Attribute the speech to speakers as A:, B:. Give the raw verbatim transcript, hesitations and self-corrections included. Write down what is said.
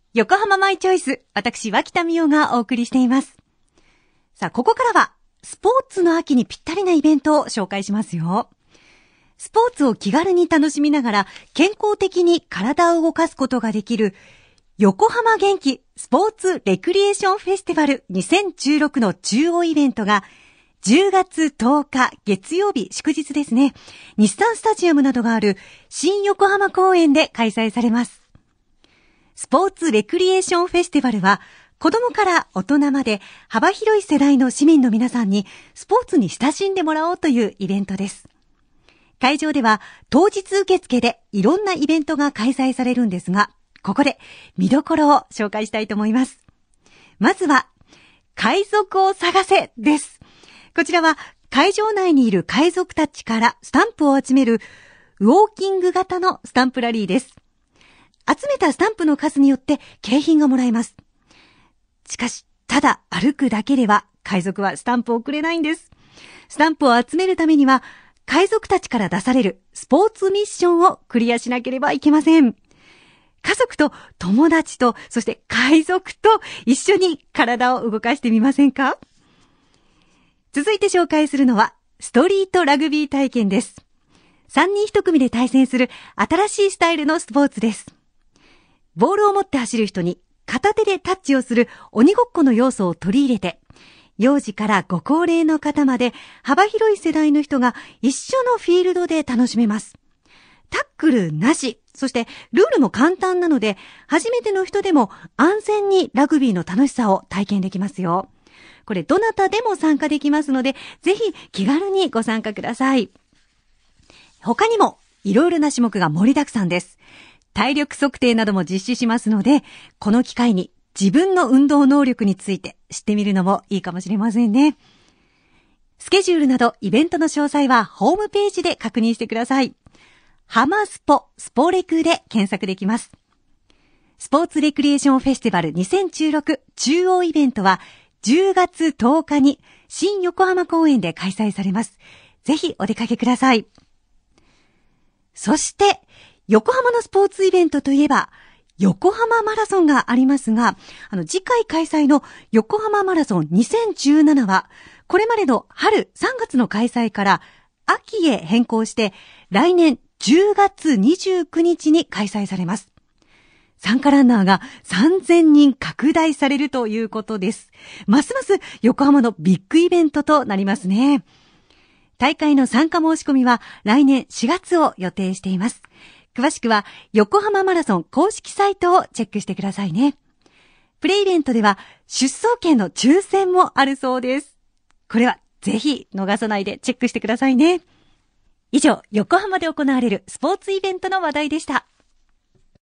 A: 横浜マイチョイス、私、脇田美代がお送りしています。さあ、ここからは、スポーツの秋にぴったりなイベントを紹介しますよ。スポーツを気軽に楽しみながら、健康的に体を動かすことができる、横浜元気スポーツレクリエーションフェスティバルにせんじゅうろくの中央イベントが、じゅうがつとおか月曜日祝日ですね、日産スタジアムなどがある新横浜公園で開催されます。スポーツレクリエーションフェスティバルは、子供から大人まで幅広い世代の市民の皆さんにスポーツに親しんでもらおうというイベントです。会場では当日受付でいろんなイベントが開催されるんですが、ここで見どころを紹介したいと思います。まずは、海賊を探せです。こちらは会場内にいる海賊たちからスタンプを集めるウォーキング型のスタンプラリーです。集めたスタンプの数によって景品がもらえます。しかし、ただ歩くだけでは海賊はスタンプをくれないんです。スタンプを集めるためには、海賊たちから出されるスポーツミッションをクリアしなければいけません。家族と友達と、そして海賊と一緒に体を動かしてみませんか？続いて紹介するのは、ストリートラグビー体験です。さんにんひと組で対戦する新しいスタイルのスポーツです。ボールを持って走る人に片手でタッチをする鬼ごっこの要素を取り入れて、幼児からご高齢の方まで幅広い世代の人が一緒のフィールドで楽しめます。タックルなし、そしてルールも簡単なので、初めての人でも安全にラグビーの楽しさを体験できますよ。これどなたでも参加できますので、ぜひ気軽にご参加ください。他にもいろいろな種目が盛りだくさんです。体力測定なども実施しますので、この機会に自分の運動能力について知ってみるのもいいかもしれませんね。スケジュールなどイベントの詳細はホームページで確認してください。ハマスポ、スポレクで検索できます。スポーツレクリエーションフェスティバルにせんじゅうろく中央イベントはじゅうがつとおかに新横浜公園で開催されます。ぜひお出かけください。そして、横浜のスポーツイベントといえば、横浜マラソンがありますが、あの次回開催の横浜マラソンにせんじゅうななは、これまでの春さんがつの開催から秋へ変更して、来年じゅうがつにじゅうくにちに開催されます。参加ランナーがさんぜんにん拡大されるということです。ますます横浜のビッグイベントとなりますね。大会の参加申し込みは来年しがつを予定しています。詳しくは横浜マラソン公式サイトをチェックしてくださいね。プレイベントでは出走権の抽選もあるそうです。これはぜひ逃さないでチェックしてくださいね。以上、横浜で行われるスポーツイベントの話題でした。